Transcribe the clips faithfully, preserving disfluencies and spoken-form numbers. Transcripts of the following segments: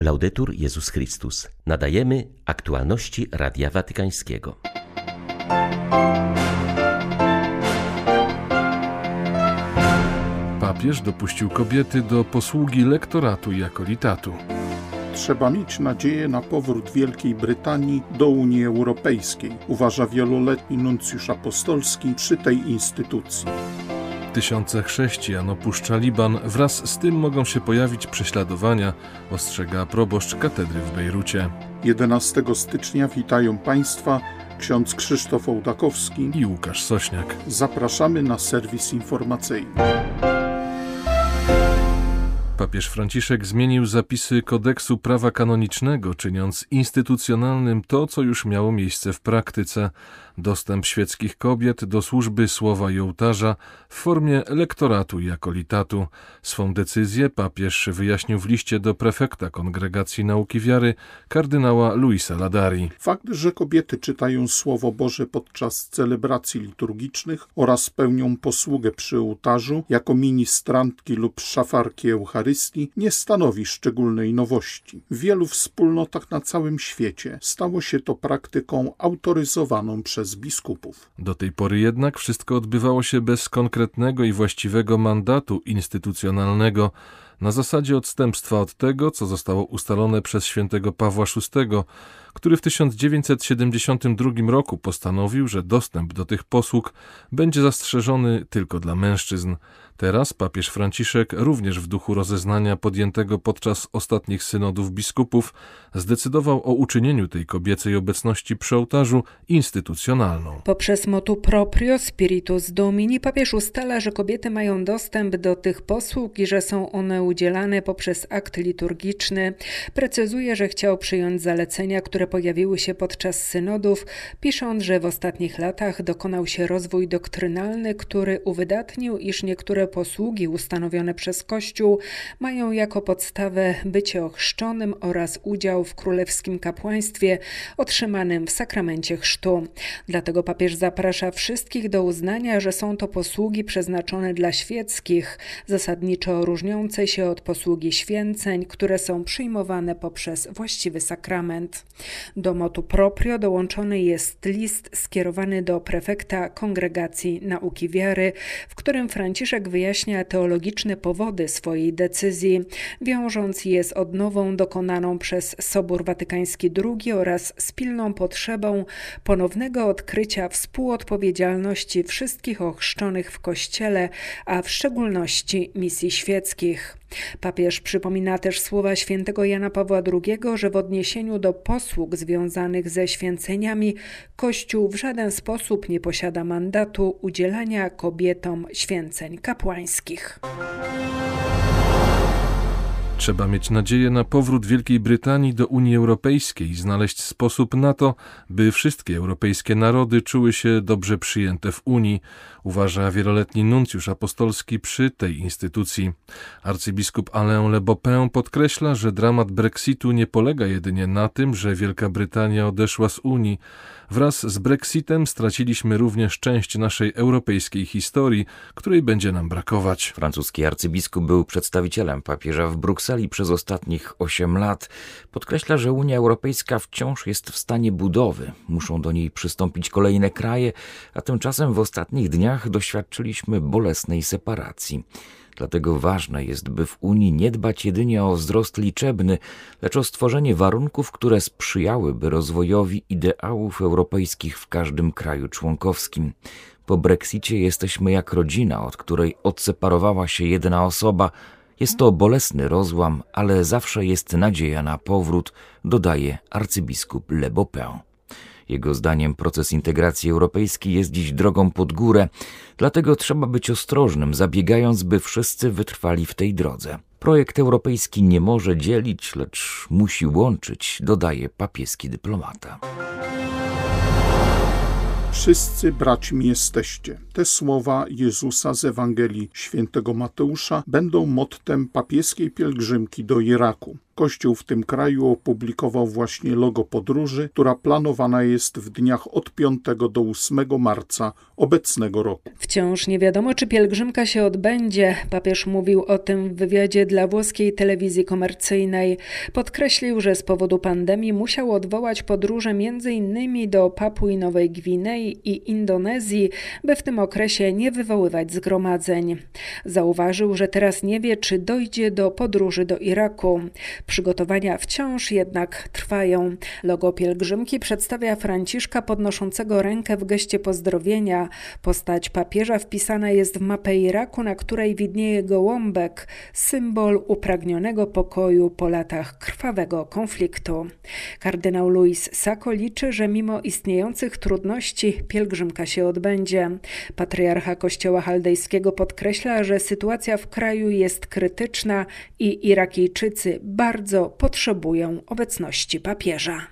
Laudetur Jezus Chrystus. Nadajemy aktualności Radia Watykańskiego. Papież dopuścił kobiety do posługi lektoratu i akolitatu. Trzeba mieć nadzieję na powrót Wielkiej Brytanii do Unii Europejskiej, uważa wieloletni nuncjusz apostolski przy tej instytucji. Tysiące chrześcijan opuszcza Liban, wraz z tym mogą się pojawić prześladowania, ostrzega proboszcz katedry w Bejrucie. jedenastego stycznia witają Państwa ksiądz Krzysztof Ołdakowski I Łukasz Sośniak. Zapraszamy na serwis informacyjny. Papież Franciszek zmienił zapisy kodeksu prawa kanonicznego, czyniąc instytucjonalnym to, co już miało miejsce w praktyce. Dostęp świeckich kobiet do służby słowa i ołtarza w formie lektoratu i akolitatu. Swą decyzję papież wyjaśnił w liście do prefekta Kongregacji Nauki Wiary, kardynała Luisa Ladari. Fakt, że kobiety czytają Słowo Boże podczas celebracji liturgicznych oraz pełnią posługę przy ołtarzu jako ministrantki lub szafarki Eucharystii, nie stanowi szczególnej nowości. W wielu wspólnotach na całym świecie stało się to praktyką autoryzowaną przez biskupów. Do tej pory jednak wszystko odbywało się bez konkretnego i właściwego mandatu instytucjonalnego, na zasadzie odstępstwa od tego, co zostało ustalone przez świętego Pawła szóstego, który w tysiąc dziewięćset siedemdziesiątym drugim roku postanowił, że dostęp do tych posług będzie zastrzeżony tylko dla mężczyzn. Teraz papież Franciszek, również w duchu rozeznania podjętego podczas ostatnich synodów biskupów, zdecydował o uczynieniu tej kobiecej obecności przy ołtarzu instytucjonalną. Poprzez motu proprio spiritus domini papież ustala, że kobiety mają dostęp do tych posług i że są one udzielane poprzez akt liturgiczny. Precyzuje, że chciał przyjąć zalecenia, które pojawiły się podczas synodów, pisząc, że w ostatnich latach dokonał się rozwój doktrynalny, który uwydatnił, iż niektóre posługi ustanowione przez Kościół mają jako podstawę bycie ochrzczonym oraz udział w królewskim kapłaństwie otrzymanym w sakramencie chrztu. Dlatego papież zaprasza wszystkich do uznania, że są to posługi przeznaczone dla świeckich, zasadniczo różniące się od posługi święceń, które są przyjmowane poprzez właściwy sakrament. Do motu proprio dołączony jest list skierowany do prefekta Kongregacji Nauki Wiary, w którym Franciszek wyjaśnia teologiczne powody swojej decyzji, wiążąc je z odnową dokonaną przez Sobór Watykański drugi oraz z pilną potrzebą ponownego odkrycia współodpowiedzialności wszystkich ochrzczonych w Kościele, a w szczególności misji świeckich. Papież przypomina też słowa świętego Jana Pawła drugiego, że w odniesieniu do posług związanych ze święceniami Kościół w żaden sposób nie posiada mandatu udzielania kobietom święceń kapłańskich. Trzeba mieć nadzieję na powrót Wielkiej Brytanii do Unii Europejskiej i znaleźć sposób na to, by wszystkie europejskie narody czuły się dobrze przyjęte w Unii, uważa wieloletni nuncjusz apostolski przy tej instytucji. Arcybiskup Alain Le Bopin podkreśla, że dramat Brexitu nie polega jedynie na tym, że Wielka Brytania odeszła z Unii. Wraz z Brexitem straciliśmy również część naszej europejskiej historii, której będzie nam brakować. Francuski arcybiskup był przedstawicielem papieża w Brukseli przez ostatnich osiem lat. Podkreśla, że Unia Europejska wciąż jest w stanie budowy. Muszą do niej przystąpić kolejne kraje, a tymczasem w ostatnich dniach doświadczyliśmy bolesnej separacji. Dlatego ważne jest, by w Unii nie dbać jedynie o wzrost liczebny, lecz o stworzenie warunków, które sprzyjałyby rozwojowi ideałów europejskich w każdym kraju członkowskim. Po Brexicie jesteśmy jak rodzina, od której odseparowała się jedna osoba. Jest to bolesny rozłam, ale zawsze jest nadzieja na powrót, dodaje arcybiskup Le Bopin. Jego zdaniem proces integracji europejskiej jest dziś drogą pod górę, dlatego trzeba być ostrożnym, zabiegając, by wszyscy wytrwali w tej drodze. Projekt europejski nie może dzielić, lecz musi łączyć, dodaje papieski dyplomata. Wszyscy braćmi jesteście. Te słowa Jezusa z Ewangelii świętego Mateusza będą mottem papieskiej pielgrzymki do Iraku. Kościół w tym kraju opublikował właśnie logo podróży, która planowana jest w dniach od piątego do ósmego marca obecnego roku. Wciąż nie wiadomo, czy pielgrzymka się odbędzie. Papież mówił o tym w wywiadzie dla włoskiej telewizji komercyjnej. Podkreślił, że z powodu pandemii musiał odwołać podróże między innymi do Papui Nowej Gwinei i Indonezji, by w tym okresie nie wywoływać zgromadzeń. Zauważył, że teraz nie wie, czy dojdzie do podróży do Iraku. Przygotowania wciąż jednak trwają. Logo pielgrzymki przedstawia Franciszka podnoszącego rękę w geście pozdrowienia. Postać papieża wpisana jest w mapę Iraku, na której widnieje gołąbek, symbol upragnionego pokoju po latach krwawego konfliktu. Kardynał Luis Sacco liczy, że mimo istniejących trudności pielgrzymka się odbędzie. Patriarcha Kościoła Chaldejskiego podkreśla, że sytuacja w kraju jest krytyczna i Irakijczycy bardzo potrzebują obecności papieża.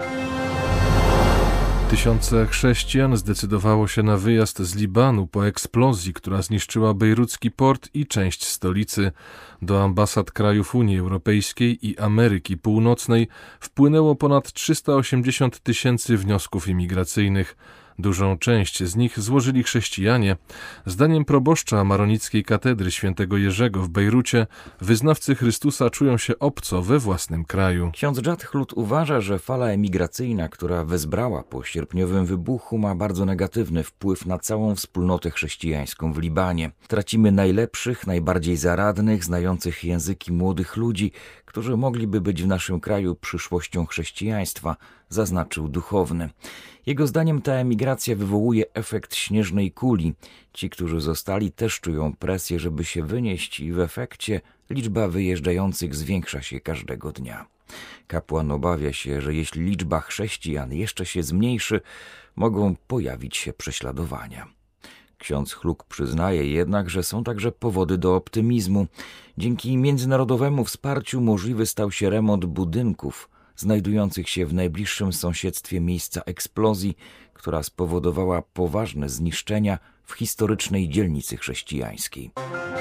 Tysiące chrześcijan zdecydowało się na wyjazd z Libanu po eksplozji, która zniszczyła bejrucki port i część stolicy. Do ambasad krajów Unii Europejskiej i Ameryki Północnej wpłynęło ponad trzysta osiemdziesiąt tysięcy wniosków imigracyjnych. Dużą część z nich złożyli chrześcijanie. Zdaniem proboszcza maronickiej katedry świętego Jerzego w Bejrucie wyznawcy Chrystusa czują się obco we własnym kraju. Ksiądz Dżad Chlut uważa, że fala emigracyjna, która wezbrała po sierpniowym wybuchu, ma bardzo negatywny wpływ na całą wspólnotę chrześcijańską w Libanie. Tracimy najlepszych, najbardziej zaradnych, znających języki młodych ludzi, którzy mogliby być w naszym kraju przyszłością chrześcijaństwa, zaznaczył duchowny. Jego zdaniem ta emigracja wywołuje efekt śnieżnej kuli. Ci, którzy zostali, też czują presję, żeby się wynieść i w efekcie liczba wyjeżdżających zwiększa się każdego dnia. Kapłan obawia się, że jeśli liczba chrześcijan jeszcze się zmniejszy, mogą pojawić się prześladowania. Ksiądz Chluk przyznaje jednak, że są także powody do optymizmu. Dzięki międzynarodowemu wsparciu możliwy stał się remont budynków znajdujących się w najbliższym sąsiedztwie miejsca eksplozji, która spowodowała poważne zniszczenia w historycznej dzielnicy chrześcijańskiej.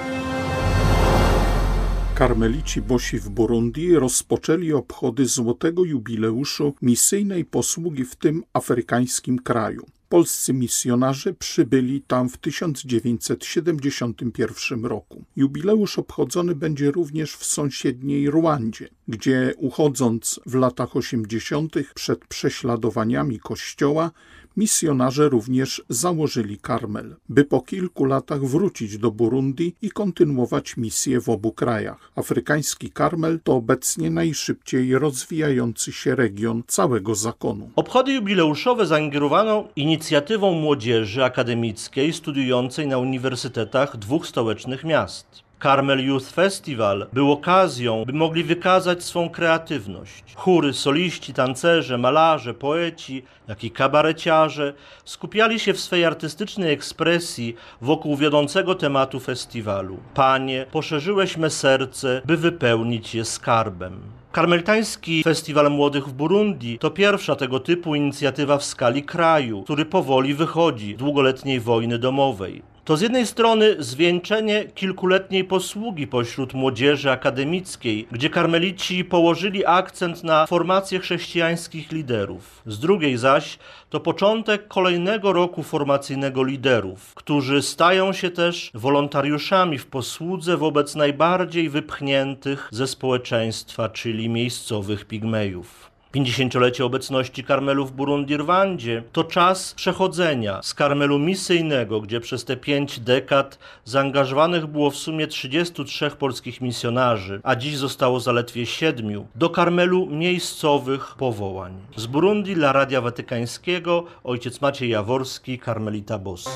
Karmelici bosi w Burundi rozpoczęli obchody złotego jubileuszu misyjnej posługi w tym afrykańskim kraju. Polscy misjonarze przybyli tam w tysiąc dziewięćset siedemdziesiątym pierwszym roku. Jubileusz obchodzony będzie również w sąsiedniej Ruandzie, gdzie uchodząc w latach osiemdziesiątych przed prześladowaniami Kościoła, misjonarze również założyli Karmel, by po kilku latach wrócić do Burundi i kontynuować misję w obu krajach. Afrykański Karmel to obecnie najszybciej rozwijający się region całego zakonu. Obchody jubileuszowe zaingerowano inicjatywą młodzieży akademickiej studiującej na uniwersytetach dwóch stołecznych miast. Carmel Youth Festival był okazją, by mogli wykazać swą kreatywność. Chóry, soliści, tancerze, malarze, poeci, jak i kabareciarze skupiali się w swej artystycznej ekspresji wokół wiodącego tematu festiwalu. Panie, poszerzyłeś me serce, by wypełnić je skarbem. Karmelitański Festiwal Młodych w Burundi to pierwsza tego typu inicjatywa w skali kraju, który powoli wychodzi z długoletniej wojny domowej. To z jednej strony zwieńczenie kilkuletniej posługi pośród młodzieży akademickiej, gdzie karmelici położyli akcent na formację chrześcijańskich liderów. Z drugiej zaś to początek kolejnego roku formacyjnego liderów, którzy stają się też wolontariuszami w posłudze wobec najbardziej wypchniętych ze społeczeństwa, czyli miejscowych pigmejów. pięćdziesięciolecie obecności Karmelu w Burundi-Rwandzie to czas przechodzenia z Karmelu misyjnego, gdzie przez te pięć dekad zaangażowanych było w sumie trzydziestu trzech polskich misjonarzy, a dziś zostało zaledwie siedmiu, do Karmelu miejscowych powołań. Z Burundi dla Radia Watykańskiego ojciec Maciej Jaworski, karmelita Bos.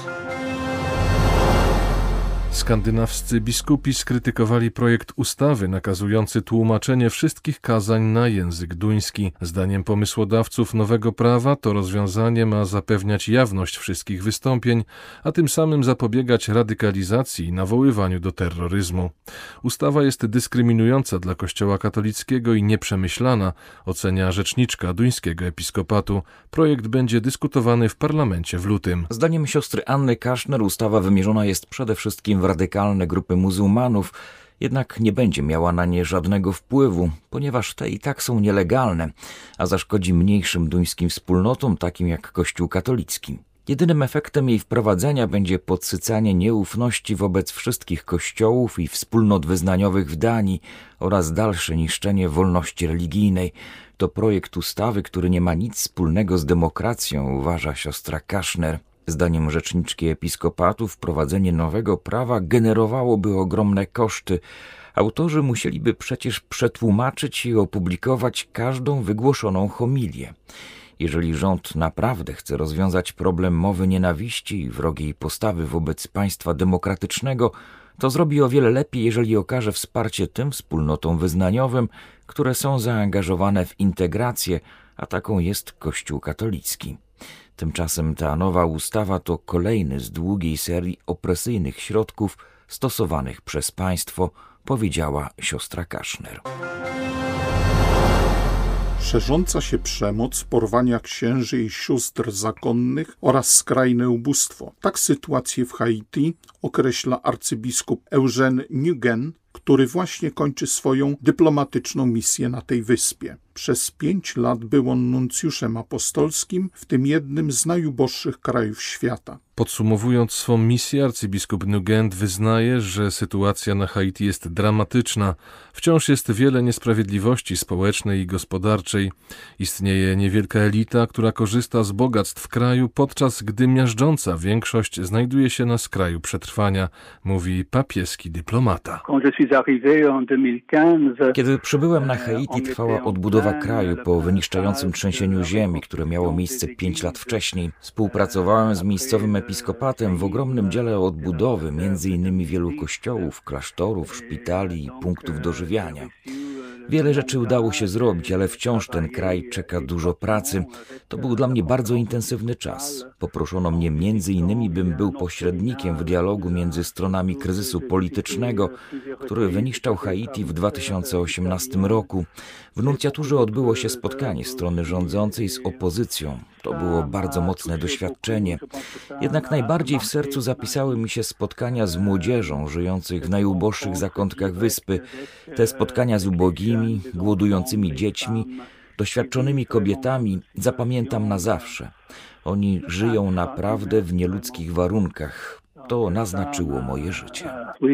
Skandynawscy biskupi skrytykowali projekt ustawy nakazujący tłumaczenie wszystkich kazań na język duński. Zdaniem pomysłodawców nowego prawa to rozwiązanie ma zapewniać jawność wszystkich wystąpień, a tym samym zapobiegać radykalizacji i nawoływaniu do terroryzmu. Ustawa jest dyskryminująca dla Kościoła katolickiego i nieprzemyślana, ocenia rzeczniczka duńskiego episkopatu. Projekt będzie dyskutowany w parlamencie w lutym. Zdaniem siostry Anny Kaszner ustawa wymierzona jest przede wszystkim w radykalne grupy muzułmanów Jednak nie będzie miała na nie żadnego wpływu, ponieważ te i tak są nielegalne, a zaszkodzi mniejszym duńskim wspólnotom, takim jak Kościół katolicki. Jedynym efektem jej wprowadzenia będzie podsycanie nieufności wobec wszystkich kościołów i wspólnot wyznaniowych w Danii oraz dalsze niszczenie wolności religijnej. To projekt ustawy, który nie ma nic wspólnego z demokracją, uważa siostra Kaszner. Zdaniem rzeczniczki episkopatu wprowadzenie nowego prawa generowałoby ogromne koszty. Autorzy musieliby przecież przetłumaczyć i opublikować każdą wygłoszoną homilię. Jeżeli rząd naprawdę chce rozwiązać problem mowy nienawiści i wrogiej postawy wobec państwa demokratycznego, to zrobi o wiele lepiej, jeżeli okaże wsparcie tym wspólnotom wyznaniowym, które są zaangażowane w integrację, a taką jest Kościół katolicki. Tymczasem ta nowa ustawa to kolejny z długiej serii opresyjnych środków stosowanych przez państwo, powiedziała siostra Kaszner. Szerząca się przemoc, porwania księży i sióstr zakonnych oraz skrajne ubóstwo. Tak sytuację w Haiti określa arcybiskup Eugène Nguyen, który właśnie kończy swoją dyplomatyczną misję na tej wyspie. Przez pięć lat był on nuncjuszem apostolskim w tym jednym z najuboższych krajów świata. Podsumowując swą misję, arcybiskup Nguyen wyznaje, że sytuacja na Haiti jest dramatyczna. Wciąż jest wiele niesprawiedliwości społecznej i gospodarczej. Istnieje niewielka elita, która korzysta z bogactw kraju, podczas gdy miażdżąca większość znajduje się na skraju przetrwania, mówi papieski dyplomata. Kiedy przybyłem na Haiti, trwała odbudowa kraju po wyniszczającym trzęsieniu ziemi, które miało miejsce pięć lat wcześniej. Współpracowałem z miejscowym episkopatem w ogromnym dziele odbudowy, między innymi wielu kościołów, klasztorów, szpitali i punktów dożywiania. Wiele rzeczy udało się zrobić, ale wciąż ten kraj czeka dużo pracy. To był dla mnie bardzo intensywny czas. Poproszono mnie między innymi, bym był pośrednikiem w dialogu między stronami kryzysu politycznego, który wyniszczał Haiti w dwa tysiące osiemnastym roku. W nuncjaturze odbyło się spotkanie strony rządzącej z opozycją. To było bardzo mocne doświadczenie. Jednak najbardziej w sercu zapisały mi się spotkania z młodzieżą żyjących w najuboższych zakątkach wyspy. Te spotkania z ubogimi, głodującymi dziećmi, doświadczonymi kobietami zapamiętam na zawsze. Oni żyją naprawdę w nieludzkich warunkach. To naznaczyło moje życie.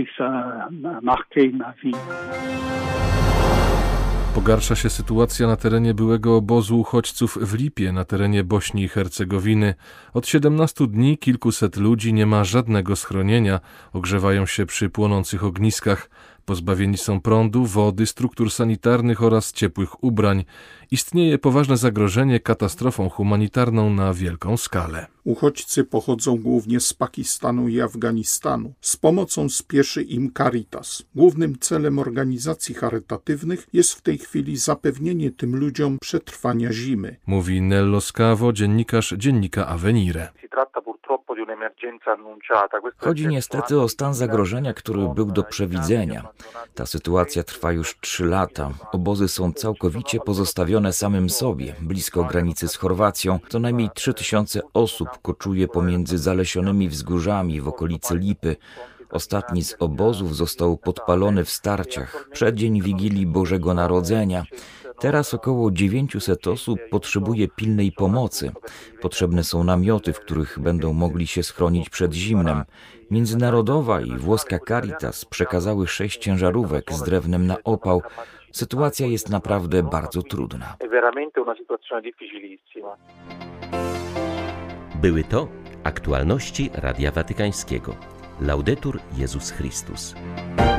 Pogarsza się sytuacja na terenie byłego obozu uchodźców w Lipie, na terenie Bośni i Hercegowiny. Od siedemnastu dni kilkuset ludzi nie ma żadnego schronienia, ogrzewają się przy płonących ogniskach. Pozbawieni są prądu, wody, struktur sanitarnych oraz ciepłych ubrań. Istnieje poważne zagrożenie katastrofą humanitarną na wielką skalę. Uchodźcy pochodzą głównie z Pakistanu i Afganistanu. Z pomocą spieszy im Caritas. Głównym celem organizacji charytatywnych jest w tej chwili zapewnienie tym ludziom przetrwania zimy. Mówi Nello Scavo, dziennikarz dziennika Avvenire. Chodzi niestety o stan zagrożenia, który był do przewidzenia. Ta sytuacja trwa już trzy lata. Obozy są całkowicie pozostawione samym sobie, blisko granicy z Chorwacją. Co najmniej trzy tysiące osób koczuje pomiędzy zalesionymi wzgórzami w okolicy Lipy. Ostatni z obozów został podpalony w starciach, przeddzień Wigilii Bożego Narodzenia. Teraz około dziewięćset osób potrzebuje pilnej pomocy. Potrzebne są namioty, w których będą mogli się schronić przed zimnem. Międzynarodowa i włoska Caritas przekazały sześć ciężarówek z drewnem na opał. Sytuacja jest naprawdę bardzo trudna. Były to aktualności Radia Watykańskiego. Laudetur Jezus Chrystus.